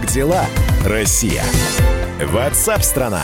дела, Россия? WhatsApp-страна.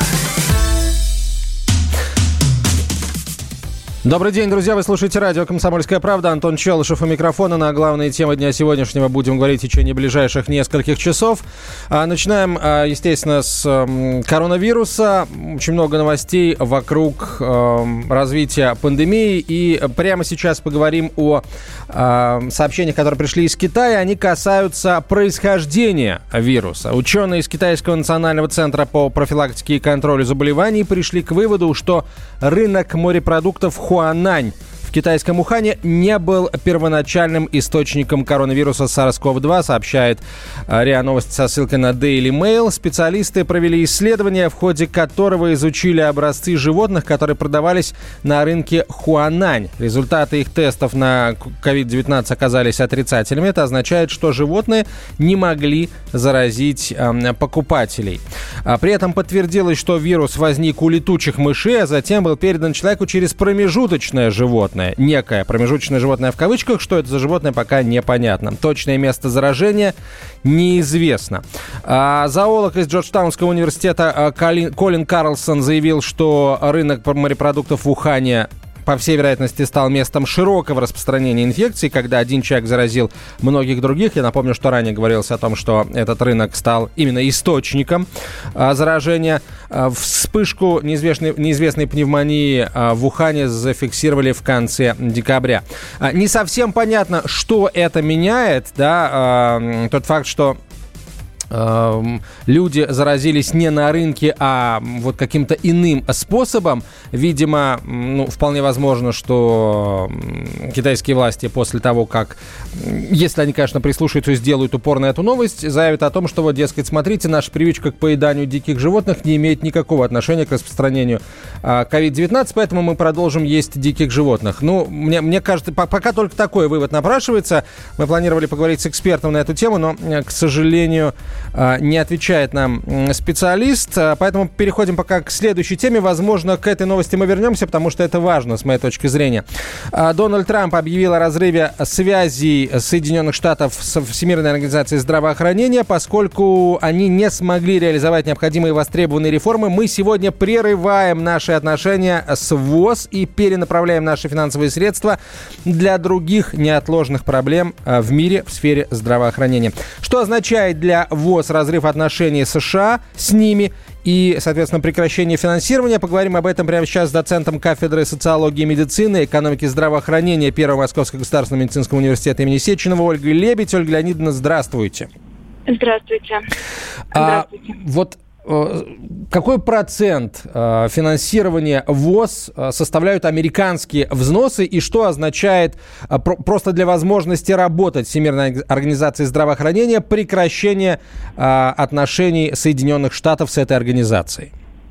Добрый день, друзья. Вы слушаете радио «Комсомольская правда». Антон Челышев у микрофона. На главные темы дня сегодняшнего будем говорить в течение ближайших нескольких часов. Начинаем, естественно, с коронавируса. Очень много новостей вокруг развития пандемии. И прямо сейчас поговорим о сообщениях, которые пришли из Китая. Они касаются происхождения вируса. Ученые из Китайского национального центра по профилактике и контролю заболеваний пришли к выводу, что рынок морепродуктов Хуанань в китайском Ухане не был первоначальным источником коронавируса SARS-CoV-2, сообщает РИА Новости со ссылкой на Daily Mail. Специалисты провели исследование, в ходе которого изучили образцы животных, которые продавались на рынке Хуанань. Результаты их тестов на COVID-19 оказались отрицательными. Это означает, что животные не могли заразить покупателей. При этом подтвердилось, что вирус возник у летучих мышей, а затем был передан человеку через промежуточное животное. Некое промежуточное животное в кавычках. Что это за животное, пока непонятно. Точное место заражения неизвестно. Зоолог из Джорджтаунского университета Колин Карлсон заявил, что рынок морепродуктов в Ухане, по всей вероятности, стал местом широкого распространения инфекции, когда один человек заразил многих других. Я напомню, что ранее говорилось о том, что этот рынок стал именно источником заражения. Вспышку неизвестной пневмонии в Ухане зафиксировали в конце декабря. Не совсем понятно, что это меняет, да, тот факт, что люди заразились не на рынке, а вот каким-то иным способом. Видимо, вполне возможно, что китайские власти после того, как, если они, конечно, прислушаются и сделают упор на эту новость, заявят о том, что вот, дескать, смотрите, наша привычка к поеданию диких животных не имеет никакого отношения к распространению COVID-19, поэтому мы продолжим есть диких животных. Мне кажется, пока только такой вывод напрашивается. Мы планировали поговорить с экспертом на эту тему, но, к сожалению, не отвечает нам специалист, поэтому переходим пока к следующей теме. Возможно, к этой новости мы вернемся, потому что это важно, с моей точки зрения. Дональд Трамп объявил о разрыве связей Соединенных Штатов с Всемирной организацией здравоохранения, поскольку они не смогли реализовать необходимые востребованные реформы. Мы сегодня прерываем наши отношения с ВОЗ и перенаправляем наши финансовые средства для других неотложных проблем в мире в сфере здравоохранения. Что означает для ВОЗ разрыв отношений США с ними и, соответственно, прекращение финансирования? Поговорим об этом прямо сейчас с доцентом кафедры социологии и медицины, экономики здравоохранения Первого Московского государственного медицинского университета имени Сеченова Ольгой Лебедь. Ольга Леонидовна, здравствуйте. Здравствуйте. Вот какой процент финансирования ВОЗ составляют американские взносы и что означает просто для возможности работать Всемирной организации здравоохранения прекращение отношений Соединенных Штатов с этой организацией?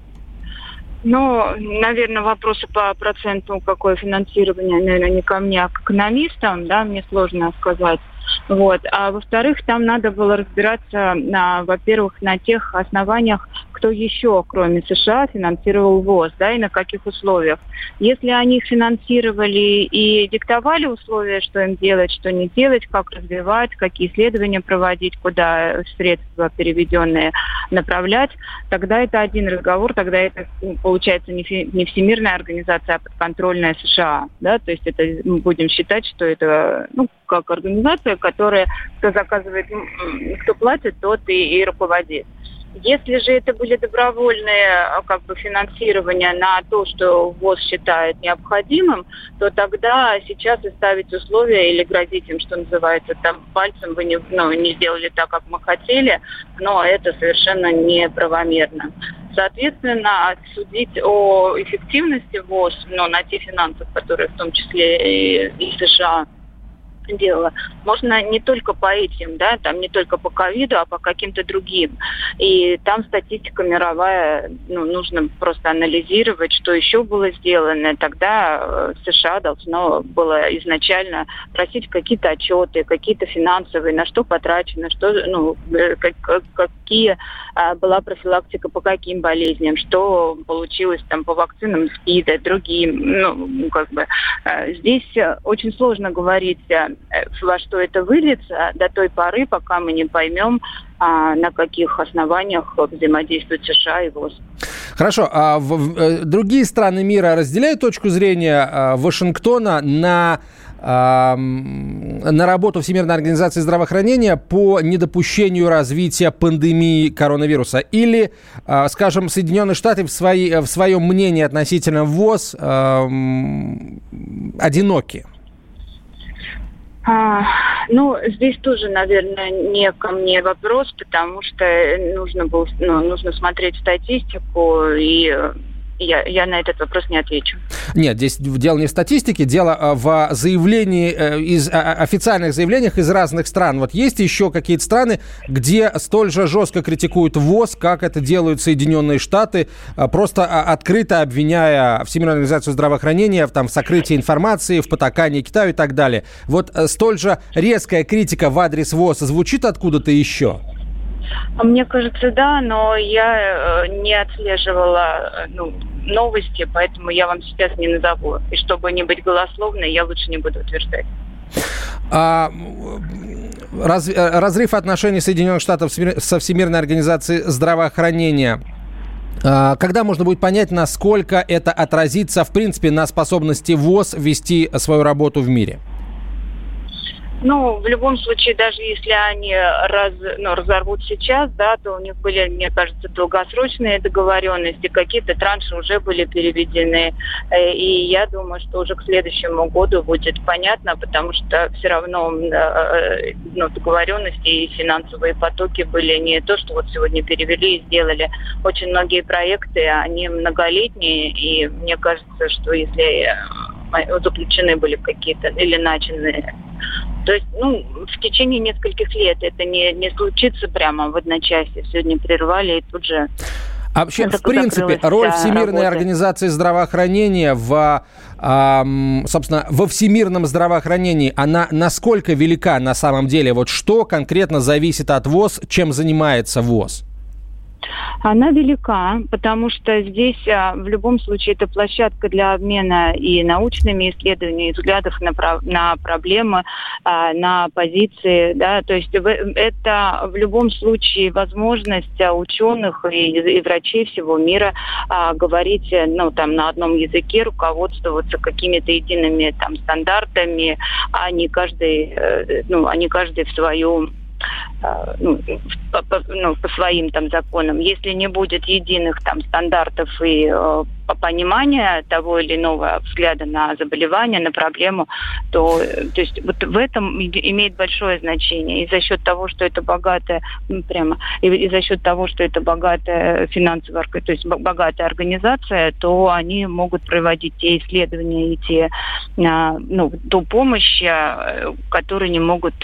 Наверное, вопросы по проценту, какое финансирование, наверное, не ко мне, а к экономистам, да, мне сложно сказать. А во-вторых, там надо было разбираться, во-первых, на тех основаниях, кто еще, кроме США, финансировал ВОЗ, да, и на каких условиях. Если они их финансировали и диктовали условия, что им делать, что не делать, как развивать, какие исследования проводить, куда средства переведенные направлять, тогда это один разговор, тогда это, получается, не Всемирная организация, а подконтрольная США, да, то есть это мы будем считать, что это, как организация, которая, кто заказывает, кто платит, тот и руководит. Если же это были добровольные финансирования на то, что ВОЗ считает необходимым, то тогда сейчас и ставить условия или грозить им, что называется, там пальцем вы не сделали так, как мы хотели, но это совершенно неправомерно. Соответственно, судить о эффективности ВОЗ, на те финансы, которые в том числе и США дело. Можно не только по этим, да, там не только по ковиду, а по каким-то другим. И там статистика мировая, нужно просто анализировать, что еще было сделано. Тогда США должно было изначально просить какие-то отчеты, какие-то финансовые, на что потрачено, какие была профилактика по каким болезням, что получилось там по вакцинам СПИДа, другим. Здесь очень сложно говорить во что это выльется до той поры, пока мы не поймем, на каких основаниях взаимодействуют США и ВОЗ. Хорошо. А другие страны мира разделяют точку зрения Вашингтона на работу Всемирной организации здравоохранения по недопущению развития пандемии коронавируса? Или, скажем, Соединенные Штаты в своем мнении относительно ВОЗ одиноки? Здесь тоже, наверное, не ко мне вопрос, потому что нужно смотреть статистику, и я на этот вопрос не отвечу. Нет, здесь дело не в статистике, дело в заявлении, официальных заявлениях из разных стран. Вот есть еще какие-то страны, где столь же жестко критикуют ВОЗ, как это делают Соединенные Штаты, просто открыто обвиняя Всемирную организацию здравоохранения в сокрытии информации, в потакании Китаю и так далее. Вот столь же резкая критика в адрес ВОЗ звучит откуда-то еще? Мне кажется, да, но я не отслеживала новости, поэтому я вам сейчас не назову. И чтобы не быть голословной, я лучше не буду утверждать. Разрыв отношений Соединенных Штатов со Всемирной организацией здравоохранения. Когда можно будет понять, насколько это отразится, в принципе, на способности ВОЗ вести свою работу в мире? В любом случае, даже если они разорвут сейчас, да, то у них были, мне кажется, долгосрочные договоренности, какие-то транши уже были переведены. И я думаю, что уже к следующему году будет понятно, потому что все равно договоренности и финансовые потоки были не то, что вот сегодня перевели и сделали. Очень многие проекты, они многолетние, и мне кажется, что если заключены были какие-то или начаны, то есть, в течение нескольких лет это не случится прямо в одночасье. Сегодня прервали и тут же... Вообще, в принципе, роль Всемирной организации здравоохранения собственно, во всемирном здравоохранении, она насколько велика на самом деле? Вот что конкретно зависит от ВОЗ, чем занимается ВОЗ? Она велика, потому что здесь в любом случае это площадка для обмена и научными исследованиями, и взглядов на проблемы, на позиции, да, то есть это в любом случае возможность ученых и врачей всего мира говорить на одном языке, руководствоваться какими-то едиными стандартами, а не каждый в своем по своим законам. Если не будет единых стандартов и понимания того или иного взгляда на заболевание, на проблему, то есть вот в этом имеет большое значение. И за счет того, что это богатая, и за счет того, что это богатая финансовая, то есть богатая организация, то они могут проводить те исследования и ту помощь, которую не могут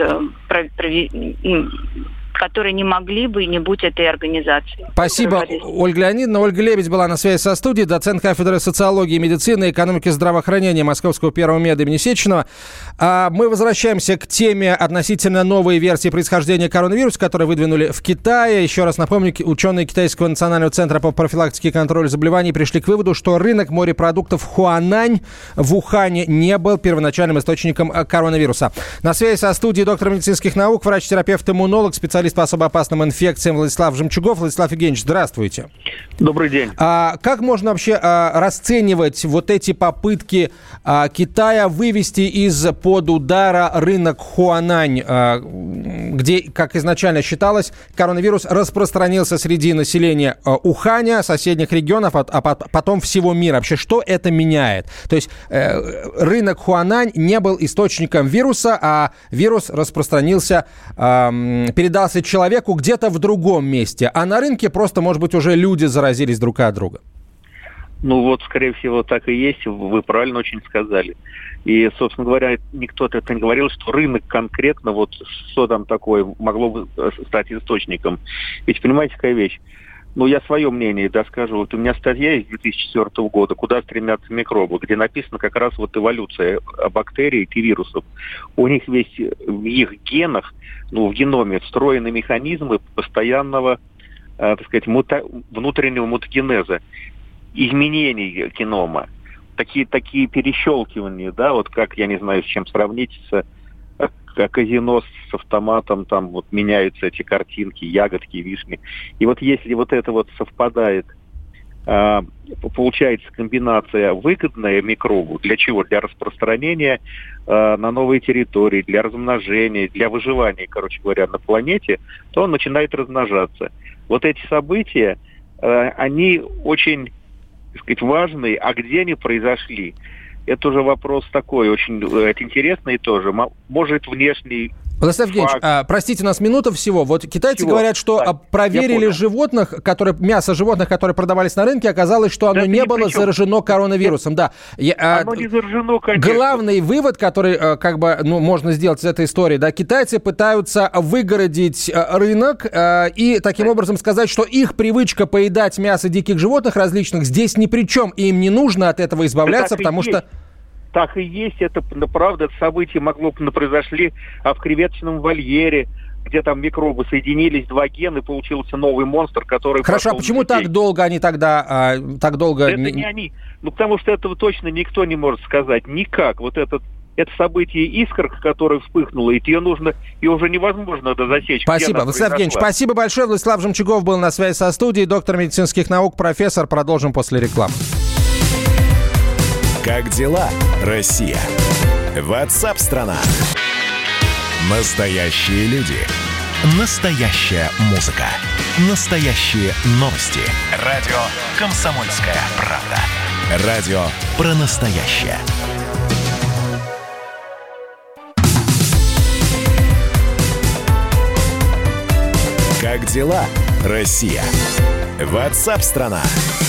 которые не могли бы и не будь этой организации. Спасибо, Ольга Леонидовна. Ольга Лебедь была на связи со студией, доцент кафедры социологии, медицины, экономики, здравоохранения Московского первого меда имени Сеченова. Мы возвращаемся к теме относительно новой версии происхождения коронавируса, которую выдвинули в Китае. Еще раз напомню, ученые Китайского национального центра по профилактике и контролю заболеваний пришли к выводу, что рынок морепродуктов Хуанань в Ухане не был первоначальным источником коронавируса. На связи со студией доктор медицинских наук, врач-терапевт, иммунолог, специалист по особо опасным инфекциям Владислав Жемчугов. Владислав Евгеньевич, здравствуйте. Добрый день. Как можно вообще расценивать вот эти попытки Китая вывести из-под удара рынок Хуанань, где, как изначально считалось, коронавирус распространился среди населения Уханя, соседних регионов, а потом всего мира? Вообще, что это меняет? То есть рынок Хуанань не был источником вируса, а вирус распространился, передался человеку где-то в другом месте, а на рынке просто, может быть, уже люди заразились друг от друга. Скорее всего, так и есть. Вы правильно очень сказали. И, собственно говоря, никто это не говорил, что рынок конкретно, что там такое могло бы стать источником. Ведь понимаете, какая вещь? Я свое мнение скажу. У меня статья из 2004 года «Куда стремятся микробы», где написано как раз эволюция бактерий и вирусов. У них в их генах, в геноме встроены механизмы постоянного, внутреннего мутагенеза, изменений генома. Такие перещелкивания, как, я не знаю, с чем сравнить, с казино с автоматом, там вот меняются эти картинки, ягодки, вишни. И вот если вот это вот совпадает, получается комбинация выгодная микробу. Для чего? Для распространения на новые территории, для размножения, для выживания, короче говоря, на планете, то он начинает размножаться. Вот эти события, они очень, так сказать, важные, а где они произошли? Это уже вопрос такой, очень интересный тоже. Может, внешний... Владислав Евгеньевич, простите, у нас минута всего. Вот китайцы говорят, что проверили животных, мясо животных, которые продавались на рынке, оказалось, что оно не было заражено коронавирусом. Да. Оно не заражено, конечно. Главный вывод, который можно сделать из этой истории, да, китайцы пытаются выгородить рынок и таким образом сказать, что их привычка поедать мясо диких животных различных здесь ни при чем, и им не нужно от этого избавляться, потому что... Так и есть, это правда, это событие могло бы произошли в креветочном вольере, где там микробы соединились, 2 гена, и получился новый монстр, который... Хорошо, а почему так долго они тогда... Это не они. Потому что этого точно никто не может сказать. Никак. Вот это событие искорка, которая вспыхнула, и ее уже невозможно засечь. Спасибо, Владислав Евгеньевич, спасибо большое. Владислав Жемчугов был на связи со студией, доктор медицинских наук, профессор. Продолжим после рекламы. Как дела, Россия? WhatsApp-страна. Настоящие люди. Настоящая музыка. Настоящие новости. Радио «Комсомольская правда». Радио про настоящее. Как дела, Россия? WhatsApp-страна.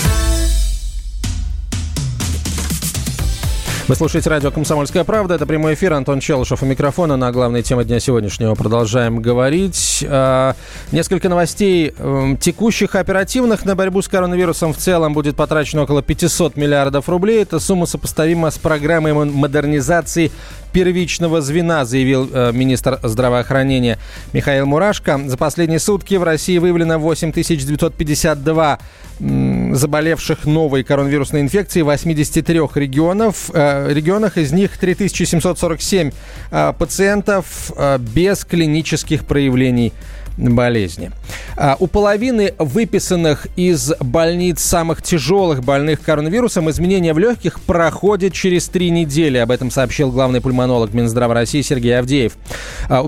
Вы слушаете радио «Комсомольская правда». Это прямой эфир. Антон Челышев у микрофона. На главные темы дня сегодняшнего продолжаем говорить. Несколько новостей текущих, оперативных. На борьбу с коронавирусом в целом будет потрачено около 500 миллиардов рублей. Эта сумма сопоставима с программой модернизации первичного звена, заявил министр здравоохранения Михаил Мурашко. За последние сутки в России выявлено 8952 заболевших новой коронавирусной инфекцией в 83 регионах. Из них 3747 пациентов без клинических проявлений болезни. У половины выписанных из больниц самых тяжелых больных коронавирусом изменения в легких проходят через 3 недели. Об этом сообщил главный пульмонолог Минздрава России Сергей Авдеев. У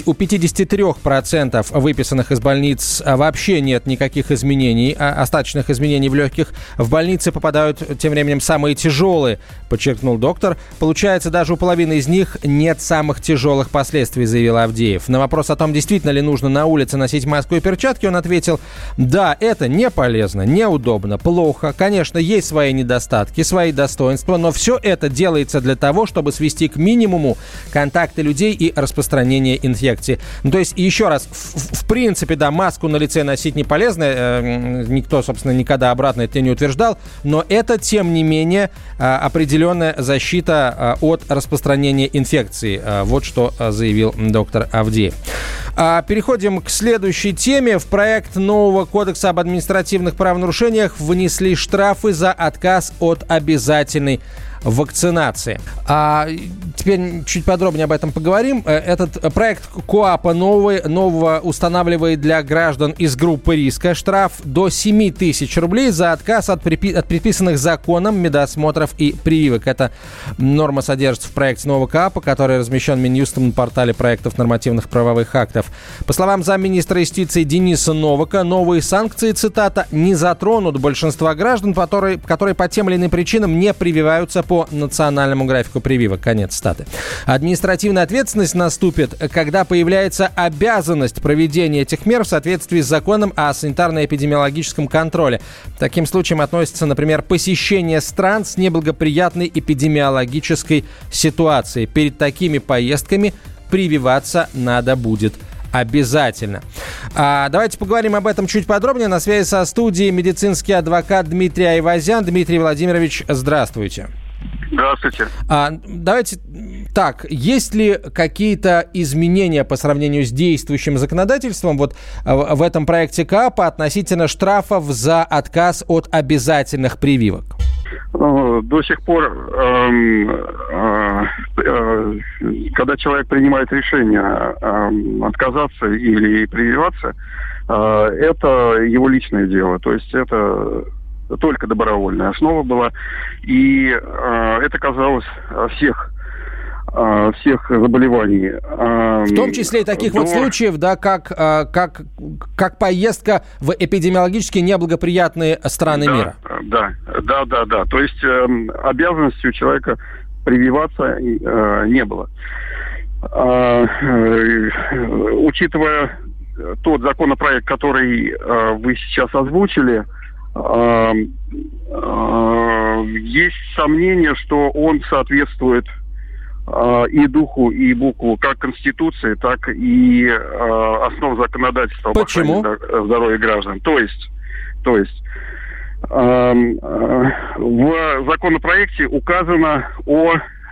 53% выписанных из больниц вообще нет никаких изменений, остаточных изменений в легких. В больницы попадают тем временем самые тяжелые, подчеркнул доктор. Получается, даже у половины из них нет самых тяжелых последствий, заявил Авдеев. На вопрос о том, действительно ли нужно на улице носить маску и перчатки, он ответил: да, это не полезно, неудобно, плохо. Конечно, есть свои недостатки, свои достоинства, но все это делается для того, чтобы свести к минимуму контакты людей и распространение инфекции. То есть, еще раз, в принципе, да, маску на лице носить не полезно, никто, собственно, никогда обратно это не утверждал, но это, тем не менее, определенная защита от распространения инфекции. Вот что заявил доктор Авдеев. Переходим к следующей теме. В проект нового кодекса об административных правонарушениях внесли штрафы за отказ от обязательной вакцинации. Теперь чуть подробнее об этом поговорим. Этот проект КоАПа нового устанавливает для граждан из группы риска штраф до 7 тысяч рублей за отказ от предписанных законом медосмотров и прививок. Эта норма содержится в проекте нового КоАПа, который размещен Минюстом на портале проектов нормативных правовых актов. По словам замминистра юстиции Дениса Новака, новые санкции, цитата, не затронут большинства граждан, которые по тем или иным причинам не прививаются по национальному графику прививок. Конец цитаты. Административная ответственность наступит, когда появляется обязанность проведения этих мер в соответствии с законом о санитарно-эпидемиологическом контроле. Таким случаем относится, например, посещение стран с неблагоприятной эпидемиологической ситуацией. Перед такими поездками прививаться надо будет обязательно. Давайте поговорим об этом чуть подробнее. На связи со студией медицинский адвокат Дмитрий Айвазян. Дмитрий Владимирович, здравствуйте. Здравствуйте. Давайте так, есть ли какие-то изменения по сравнению с действующим законодательством вот в этом проекте КоАПа относительно штрафов за отказ от обязательных прививок? До сих пор когда человек принимает решение отказаться или прививаться, это его личное дело. То есть это только добровольная основа была. И это касалось всех заболеваний. В том числе и таких вот случаев, да, как поездка в эпидемиологически неблагоприятные страны мира. Да. То есть обязанности у человека прививаться не было. Учитывая тот законопроект, который вы сейчас озвучили, есть сомнение, что он соответствует и духу, и букву как Конституции, так и основ законодательства об охране здоровья граждан. То есть в законопроекте указано о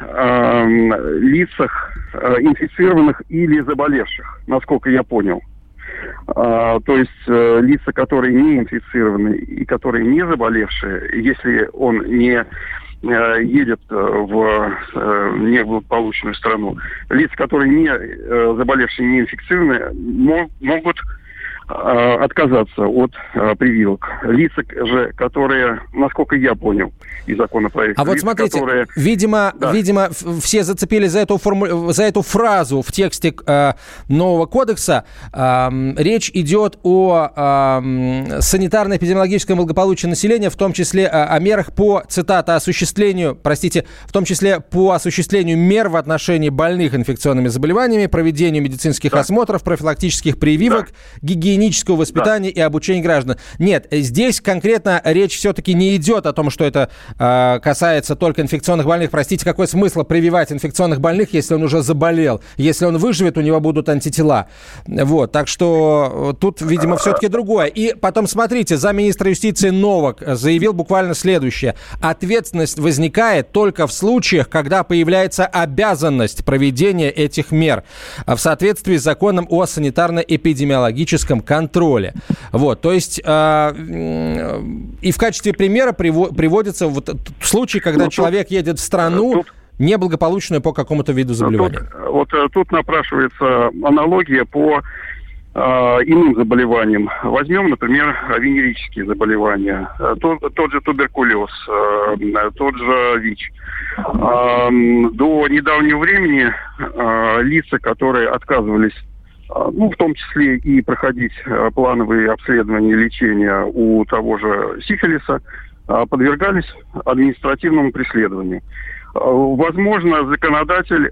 лицах инфицированных или заболевших, насколько я понял. То есть лица, которые не инфицированы и которые не заболевшие, если он не едет в неблагополучную страну, лица, которые не заболевшие, не инфицированы, могут отказаться от прививок. Лица же, которые, насколько я понял из законопроекта... А вот смотрите, которые... видимо, все зацепились за эту фразу в тексте нового кодекса. Речь идет о санитарно-эпидемиологическом благополучии населения, в том числе о мерах по, цитата, в том числе по осуществлению мер в отношении больных инфекционными заболеваниями, проведению медицинских осмотров, профилактических прививок, гигиенического воспитания и обучения граждан. Нет, здесь конкретно речь все-таки не идет о том, что это касается только инфекционных больных. Простите, какой смысл прививать инфекционных больных, если он уже заболел? Если он выживет, у него будут антитела. Вот, так что тут, видимо, все-таки другое. И потом, смотрите, замминистра юстиции Новак заявил буквально следующее. Ответственность возникает только в случаях, когда появляется обязанность проведения этих мер в соответствии с законом о санитарно-эпидемиологическом контроле. Вот, то есть и в качестве примера приводится вот случай, когда человек едет в страну неблагополучную по какому-то виду заболевания. Тут напрашивается аналогия по иным заболеваниям. Возьмем, например, венерические заболевания. Тот же туберкулез, тот же ВИЧ. До недавнего времени лица, которые отказывались, в том числе и проходить плановые обследования и лечения у того же сифилиса, подвергались административному преследованию. Возможно, законодатель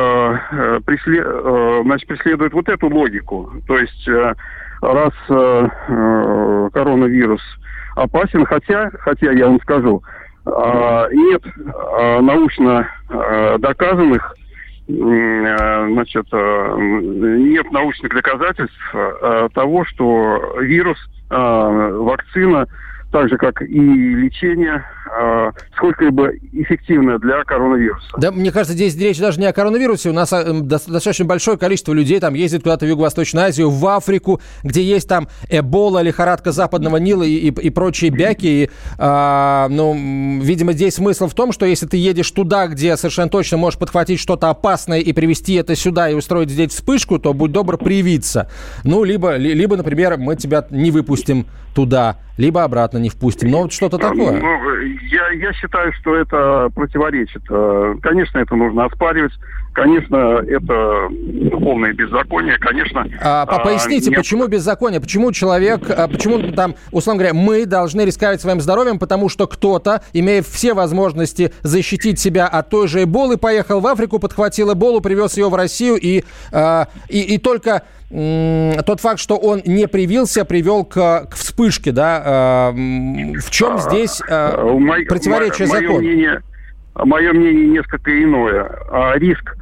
преследует вот эту логику. То есть, раз коронавирус опасен, хотя я вам скажу, нет научно доказанных, нет научных доказательств того, что вирус, вакцина, так же, как и лечение, сколько-либо эффективное для коронавируса. Да, мне кажется, здесь речь даже не о коронавирусе. У нас достаточно большое количество людей там ездит куда-то в Юго-Восточную Азию, в Африку, где есть там эбола, лихорадка Западного Нила и прочие бяки. И, видимо, здесь смысл в том, что если ты едешь туда, где совершенно точно можешь подхватить что-то опасное и привезти это сюда и устроить здесь вспышку, то будь добр привиться. Либо, например, мы тебя не выпустим туда, либо обратно не впустим. Но вот что-то такое. Я считаю, что это противоречит. Конечно, это нужно оспаривать. Конечно, это полное беззаконие. Конечно. Поясните, почему беззаконие? Почему там, условно говоря, мы должны рисковать своим здоровьем, потому что кто-то, имея все возможности защитить себя от той же эболы, поехал в Африку, подхватил эболу, привез ее в Россию, и только тот факт, что он не привился, привел к вспышке, да? В чем здесь противоречие закону? Мое мнение несколько иное. Риск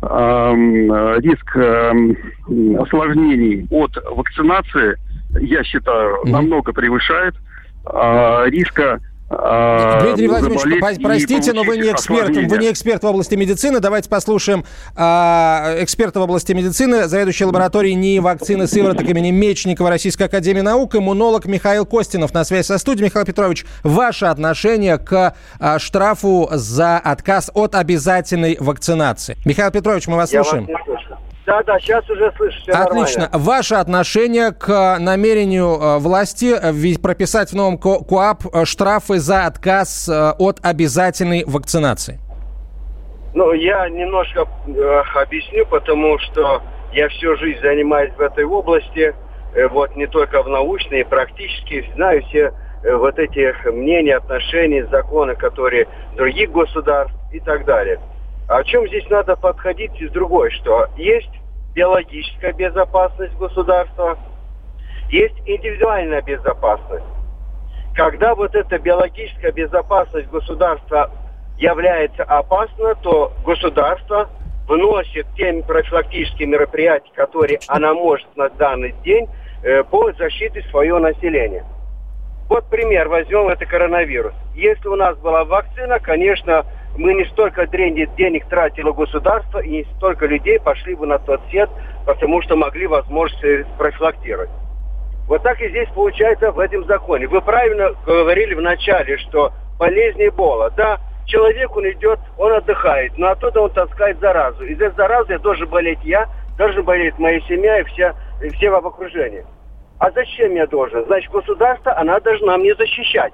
осложнений от вакцинации, я считаю, намного превышает риска Дмитрий Владимирович, простите, но вы не эксперт в области медицины. Давайте послушаем эксперта в области медицины, заведующий лабораторией НИИ вакцины сывороток имени Мечникова Российской академии наук, иммунолог Михаил Костинов на связи со студией. Михаил Петрович, ваше отношение к штрафу за отказ от обязательной вакцинации. Михаил Петрович, мы вас слушаем. Да, сейчас уже слышу, все отлично. Нормально. Ваше отношение к намерению власти прописать в новом КоАП штрафы за отказ от обязательной вакцинации? Я немножко объясню, потому что я всю жизнь занимаюсь в этой области, не только в научной, практически знаю все вот эти мнения, отношения, законы, которые других государств и так далее. А о чем здесь надо подходить из другой, что есть биологическая безопасность государства, есть индивидуальная безопасность. Когда вот эта биологическая безопасность государства является опасна, то государство вносит те профилактические мероприятия, которые она может на данный день по защите своего населения. Вот пример, возьмем это коронавирус. Если у нас была вакцина, конечно, мы не столько денег тратило государство, и не столько людей пошли бы на тот свет, потому что могли возможность профилактировать. Вот так и здесь получается в этом законе. Вы правильно говорили в начале, что болезнь Эбола. Да, человек, он идет, он отдыхает, но оттуда он таскает заразу. Из этой заразы должен болеть я, должен болеть моя семья и все в окружении. А зачем я должен? Значит, государство, она должна мне защищать.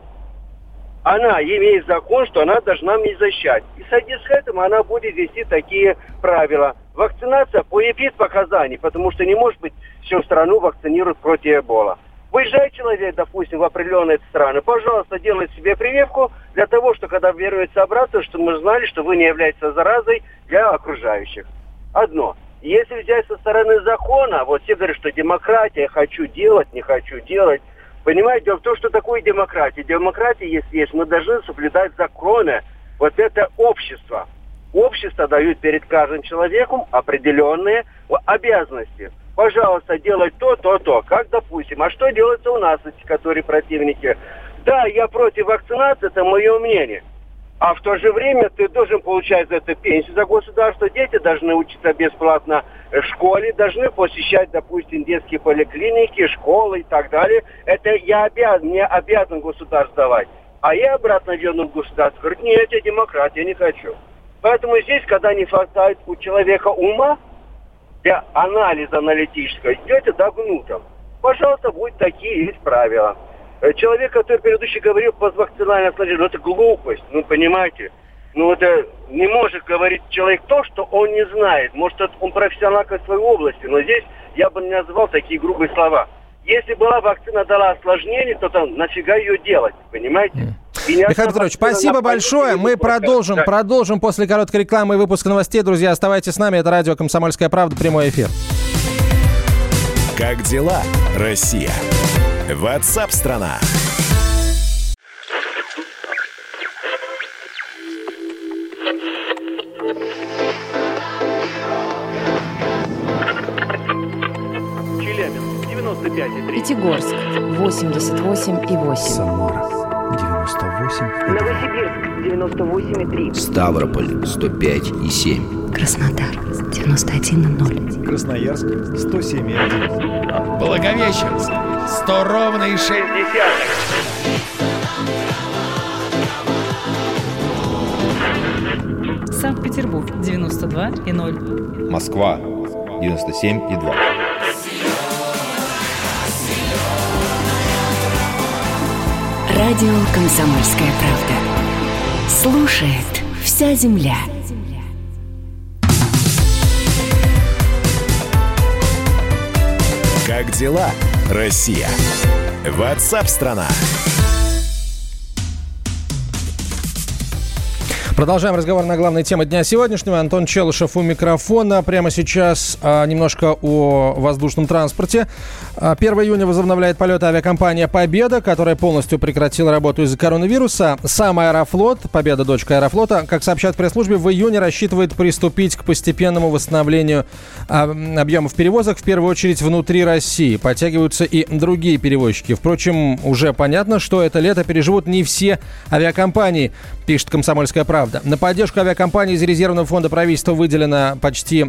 Она имеет закон, что она должна мне защищать. И в связи с этим она будет вести такие правила. Вакцинация по эпидпоказаниям, потому что не может быть всю страну вакцинировать против Эбола. Выезжает человек, допустим, в определенные страны, пожалуйста, делайте себе прививку для того, что когда вернется обратно, чтобы мы знали, что вы не являетесь заразой для окружающих. Одно. Если взять со стороны закона, все говорят, что демократия, хочу делать, не хочу делать. Понимаете, дело в том, что такое демократия. Демократия, если есть, мы должны соблюдать законы. Вот это общество. Общество дает перед каждым человеком определенные обязанности. Пожалуйста, делать то. Как, допустим. А что делается у нас, эти, которые противники? Да, я против вакцинации, это мое мнение. А в то же время ты должен получать за это пенсию за государство. Дети должны учиться бесплатно в школе, должны посещать, допустим, детские поликлиники, школы и так далее. Это мне обязан государство давать. А я обратно верну в государство. Говорит, нет, я демократ, я не хочу. Поэтому здесь, когда не хватает у человека ума для анализа аналитического, идете до гнута. Пожалуйста, будут такие есть правила. Человек, который предыдущий говорил поствакцинальное осложнение, это глупость, понимаете? Это не может говорить человек то, что он не знает. Может, он профессионал в своей области, но здесь я бы не назвал такие грубые слова. Если была вакцина, дала осложнение, то нафига ее делать, понимаете? Михаил Петрович, спасибо большое. Мы продолжим после короткой рекламы и выпуска новостей. Друзья, оставайтесь с нами. Это радио «Комсомольская правда», прямой эфир. Как дела, Россия? WhatsApp-страна. Челябинск, 95,3. Пятигорск, 88,8. Самара, 98,2. Новосибирск, 98,3. Ставрополь, 105,7. Краснодар, 91,0. Красноярск, 107,1. Благовещенск, 100,6. Санкт-Петербург, 92,0. Москва, 97,2. Радио «Комсомольская правда». Слушает вся земля. Как дела, Россия? WhatsApp-страна. Продолжаем разговор на главной теме дня сегодняшнего. Антон Челышев у микрофона. Прямо сейчас немножко о воздушном транспорте. 1 июня возобновляет полеты авиакомпания «Победа», которая полностью прекратила работу из-за коронавируса. Сам Аэрофлот, Победа, дочка Аэрофлота, как сообщают в пресс-службе, в июне рассчитывает приступить к постепенному восстановлению объемов перевозок, в первую очередь внутри России. Подтягиваются и другие перевозчики. Впрочем, уже понятно, что это лето переживут не все авиакомпании, пишет «Комсомольская правда». На поддержку авиакомпаний из резервного фонда правительства выделено почти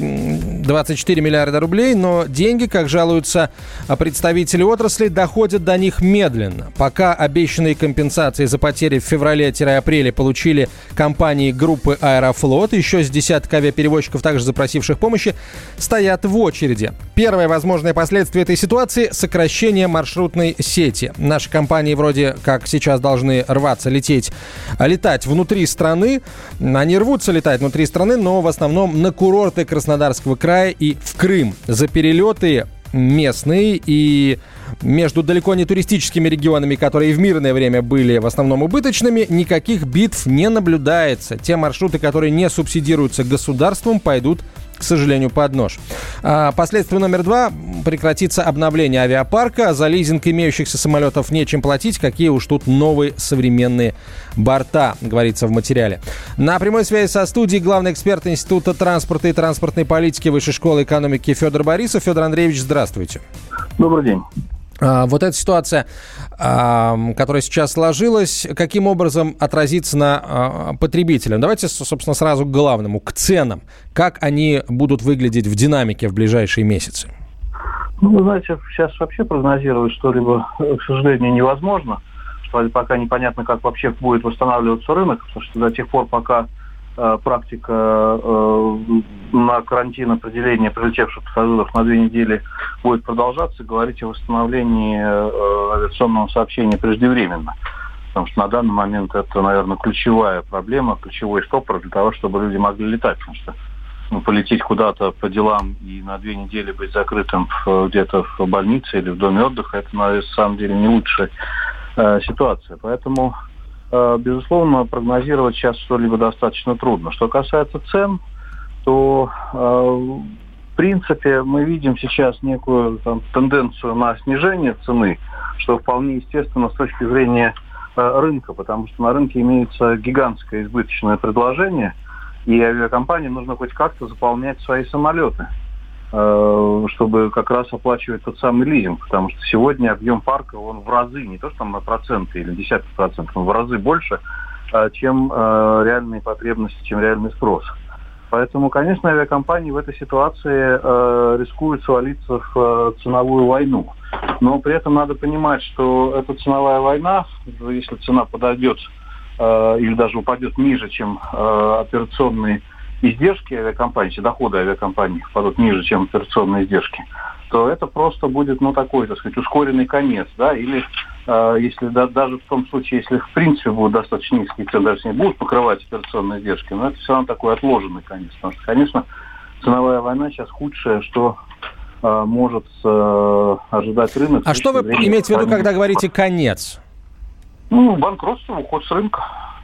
24 миллиарда рублей, но деньги, как жалуются представители отрасли, доходят до них медленно. Пока обещанные компенсации за потери в феврале-апреле получили компании группы «Аэрофлот», еще с десяток авиаперевозчиков, также запросивших помощи, стоят в очереди. Первое возможное последствие этой ситуации – сокращение маршрутной сети. Наши компании вроде как сейчас должны рваться летать внутри страны. Они рвутся летать внутри страны, но в основном на курорты Краснодарского края и в Крым. За перелеты местные и между далеко не туристическими регионами, которые в мирное время были в основном убыточными, никаких битв не наблюдается. Те маршруты, которые не субсидируются государством, пойдут, к сожалению, под нож. Последствие номер 2 – прекратится обновление авиапарка. За лизинг имеющихся самолетов нечем платить. Какие уж тут новые современные борта, говорится в материале. На прямой связи со студией главный эксперт Института транспорта и транспортной политики Высшей школы экономики Федор Борисов. Федор Андреевич, здравствуйте. Добрый день. Вот эта ситуация, которая сейчас сложилась, каким образом отразится на потребителя? Давайте, собственно, сразу к главному, к ценам. Как они будут выглядеть в динамике в ближайшие месяцы? Вы знаете, сейчас вообще прогнозировать что-либо, к сожалению, невозможно. Что пока непонятно, как вообще будет восстанавливаться рынок, потому что до тех пор, пока практика на карантин определения прилетевших пассажиров на 2 недели будет продолжаться, говорить о восстановлении авиационного сообщения преждевременно. Потому что на данный момент это, наверное, ключевая проблема, ключевой стопор для того, чтобы люди могли летать. Потому что полететь куда-то по делам и на 2 недели быть закрытым где-то в больнице или в доме отдыха, это, на самом деле, не лучшая ситуация. Поэтому безусловно, прогнозировать сейчас что-либо достаточно трудно. Что касается цен, то, в принципе, мы видим сейчас некую тенденцию на снижение цены, что вполне естественно с точки зрения рынка, потому что на рынке имеется гигантское избыточное предложение, и авиакомпаниям нужно хоть как-то заполнять свои самолеты, чтобы как раз оплачивать тот самый лизинг, потому что сегодня объем парка, он в разы, не то что там на проценты или десятки процентов, он в разы больше, чем реальные потребности, чем реальный спрос. Поэтому, конечно, авиакомпании в этой ситуации рискуют свалиться в ценовую войну. Но при этом надо понимать, что эта ценовая война, если цена подойдет или даже упадет ниже, чем операционные издержки авиакомпании, если доходы авиакомпаний падут ниже, чем операционные издержки, то это просто будет, такой, так сказать, ускоренный конец, да, или если даже в том случае, если в принципе будут достаточно низкие цены, даже если не будут покрывать операционные издержки, но это все равно такой отложенный конец, потому что, конечно, ценовая война сейчас худшее, что может ожидать рынок. А что вы имеете в виду, когда говорите «конец»? Банкротство, уход с рынка.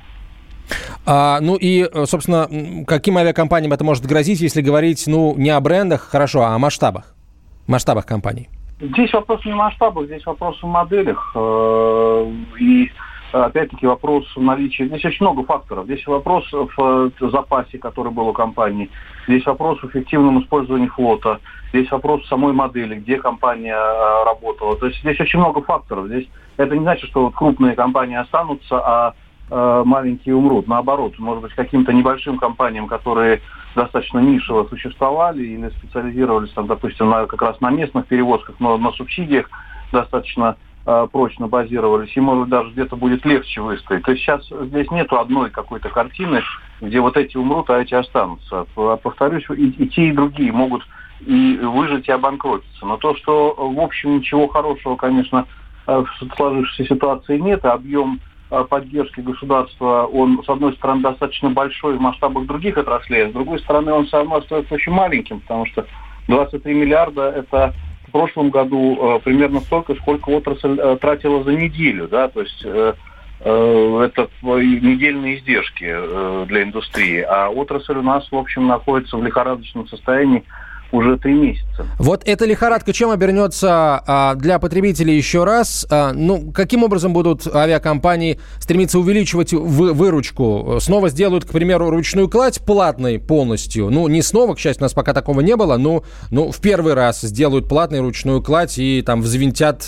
Собственно, каким авиакомпаниям это может грозить, если говорить, не о брендах, хорошо, а о масштабах компаний? Здесь вопрос не в масштабах, здесь вопрос в моделях. И, опять-таки, вопрос в наличии. Здесь очень много факторов. Здесь вопрос в запасе, который был у компании. Здесь вопрос в эффективном использовании флота. Здесь вопрос в самой модели, где компания работала. То есть здесь очень много факторов. Здесь это не значит, что крупные компании останутся, а маленькие умрут. Наоборот, может быть, каким-то небольшим компаниям, которые достаточно нишево существовали или специализировались, допустим, как раз на местных перевозках, но на субсидиях достаточно прочно базировались, и, может, даже где-то будет легче выстоять. То есть сейчас здесь нету одной какой-то картины, где вот эти умрут, а эти останутся. Повторюсь, и те, и другие могут и выжить, и обанкротиться. Но то, что, в общем, ничего хорошего, конечно, в сложившейся ситуации нет, объем поддержки государства, он, с одной стороны, достаточно большой в масштабах других отраслей, а с другой стороны, он все равно остается очень маленьким, потому что 23 миллиарда – это в прошлом году примерно столько, сколько отрасль тратила за неделю, да, то есть это недельные издержки для индустрии. А отрасль у нас, в общем, находится в лихорадочном состоянии уже 3 месяца. Вот эта лихорадка чем обернется для потребителей еще раз? Каким образом будут авиакомпании стремиться увеличивать выручку? Снова сделают, к примеру, ручную кладь платной полностью? Не снова, к счастью, у нас пока такого не было, но в первый раз сделают платной ручную кладь и там взвинтят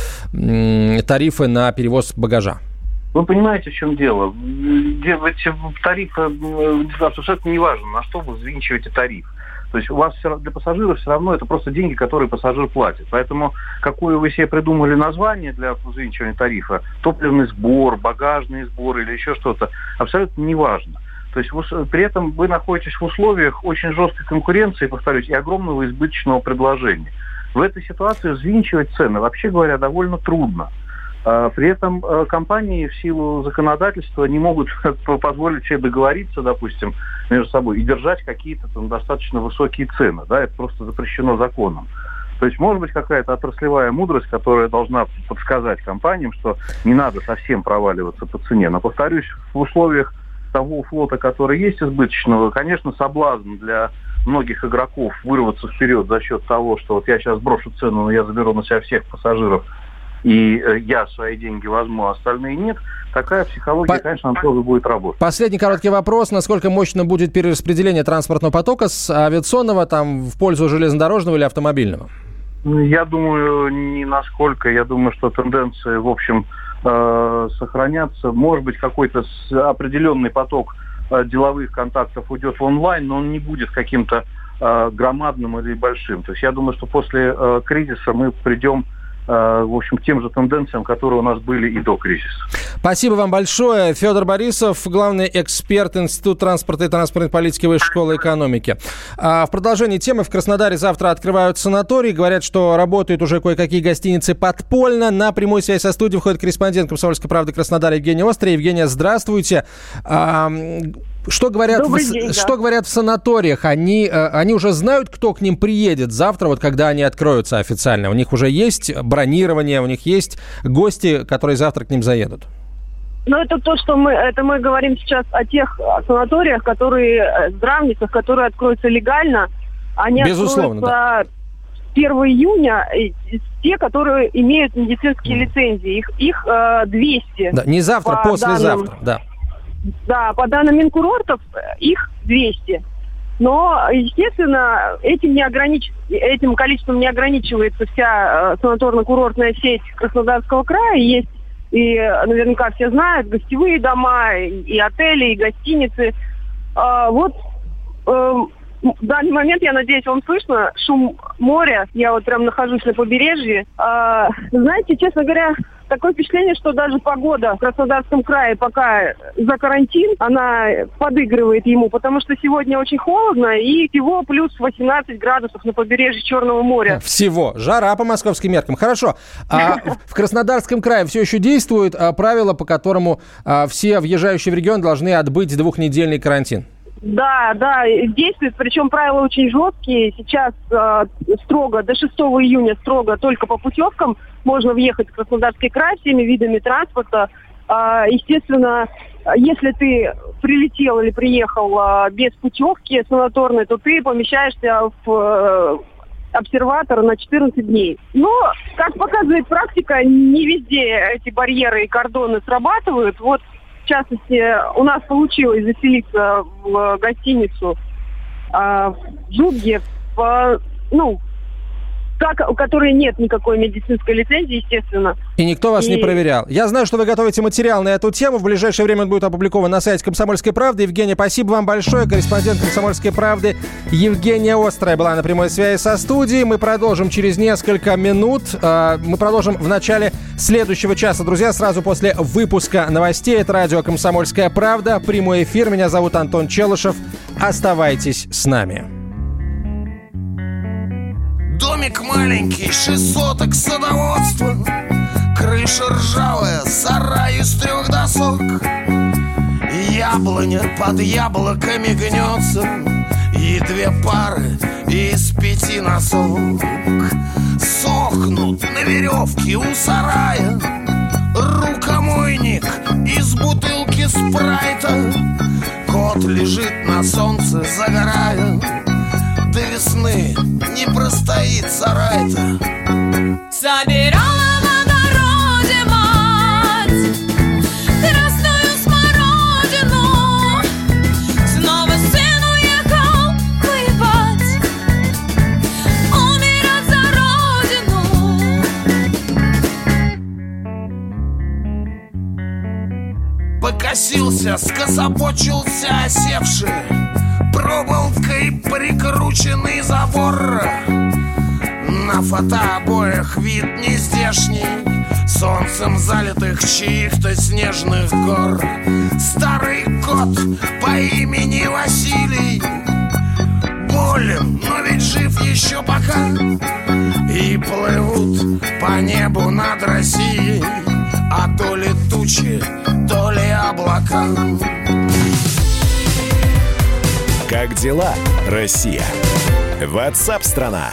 тарифы на перевоз багажа. Вы понимаете, в чем дело? Эти тарифы абсолютно не важно, на что вы взвинчиваете тариф. То есть у вас для пассажиров все равно это просто деньги, которые пассажир платит. Поэтому какое вы себе придумали название для взвинчивания тарифа, топливный сбор, багажный сбор или еще что-то, абсолютно не важно. То есть при этом вы находитесь в условиях очень жесткой конкуренции, повторюсь, и огромного избыточного предложения. В этой ситуации взвинчивать цены, вообще говоря, довольно трудно. При этом компании в силу законодательства не могут позволить себе договориться, допустим, между собой и держать какие-то там достаточно высокие цены. Да, это просто запрещено законом. То есть может быть какая-то отраслевая мудрость, которая должна подсказать компаниям, что не надо совсем проваливаться по цене. Но, повторюсь, в условиях того флота, который есть избыточного, конечно, соблазн для многих игроков вырваться вперед за счет того, что вот я сейчас брошу цену, но я заберу на себя всех пассажиров, и я свои деньги возьму, а остальные нет, такая психология, конечно, она тоже будет работать. Последний короткий вопрос. Насколько мощно будет перераспределение транспортного потока с авиационного в пользу железнодорожного или автомобильного? Я думаю, не насколько. Я думаю, что тенденции, в общем, сохранятся. Может быть, какой-то определенный поток деловых контактов уйдет в онлайн, но он не будет каким-то громадным или большим. То есть я думаю, что после кризиса мы придем в общем, к тем же тенденциям, которые у нас были и до кризиса. Спасибо вам большое. Федор Борисов, главный эксперт Института транспорта и транспортной политики Высшей школы экономики. В продолжении темы в Краснодаре завтра открывают санаторий. Говорят, что работают уже кое-какие гостиницы подпольно. На прямую связь со студией входит корреспондент «Комсомольской правды» Краснодар Евгения Острая. Евгения, здравствуйте. Что говорят в санаториях? Они уже знают, кто к ним приедет завтра, вот когда они откроются официально? У них уже есть бронирование, у них есть гости, которые завтра к ним заедут? Это то, что мы говорим сейчас о тех санаториях, которые здравницах, которые откроются легально. Они безусловно, откроются 1 июня. Те, которые имеют медицинские лицензии. Их 200. Да, не завтра, послезавтра, да. Да, по данным Минкурортов, их 200. Но, естественно, этим количеством не ограничивается вся санаторно-курортная сеть Краснодарского края. Есть, и наверняка все знают, гостевые дома, и отели, и гостиницы. В данный момент, я надеюсь, вам слышно шум моря. Я вот прям нахожусь на побережье. Знаете, честно говоря, такое впечатление, что даже погода в Краснодарском крае пока за карантин, она подыгрывает ему, потому что сегодня очень холодно и всего плюс 18 градусов на побережье Черного моря. Всего. Жара по московским меркам. Хорошо. В Краснодарском крае все еще действует правило, по которому все въезжающие в регион должны отбыть 2-недельный карантин? Да, действует, причем правила очень жесткие. Сейчас строго, до 6 июня строго только по путевкам можно въехать в Краснодарский край всеми видами транспорта. Естественно, если ты прилетел или приехал без путевки санаторной, то ты помещаешься в обсерватор на 14 дней. Но, как показывает практика, не везде эти барьеры и кордоны срабатывают. Вот, в частности, у нас получилось заселиться в гостиницу в Джудге, у которой нет никакой медицинской лицензии, естественно. И никто вас не проверял. Я знаю, что вы готовите материал на эту тему. В ближайшее время он будет опубликован на сайте «Комсомольской правды». Евгения, спасибо вам большое. Корреспондент «Комсомольской правды» Евгения Острая была на прямой связи со студией. Мы продолжим через несколько минут. Мы продолжим в начале следующего часа. Друзья, сразу после выпуска новостей. Это радио «Комсомольская правда». Прямой эфир. Меня зовут Антон Челышев. Оставайтесь с нами. Домик маленький, 6 соток садоводства, крыша ржавая, сарай из 3 досок. Яблоня под яблоками гнется, и 2 пары из 5 носок сохнут на веревке у сарая. Рукомойник тоник из бутылки спрайта. Кот лежит на солнце, загорая. До весны не простоит сарай-то. Собирала в огороде мать красную смородину. Снова сын уехал воевать, умирать за родину. Покосился, скособочился осевший, проволокой прикрученный забор. На фотообоях вид нездешний, солнцем залитых чьих-то снежных гор. Старый кот по имени Василий болен, но ведь жив еще пока. И плывут по небу над Россией, а то ли тучи, то ли облака. Как дела, Россия? WhatsApp-страна.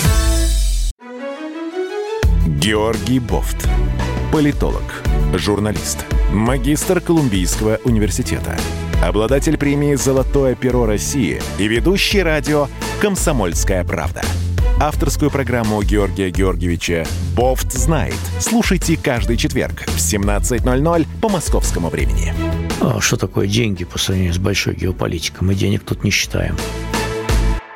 Георгий Бофт. Политолог, журналист, магистр Колумбийского университета, обладатель премии «Золотое перо России» и ведущий радио «Комсомольская правда». Авторскую программу Георгия Георгиевича «Бофт знает». Слушайте каждый четверг в 17:00 по московскому времени. Что такое деньги по сравнению с большой геополитикой? Мы денег тут не считаем.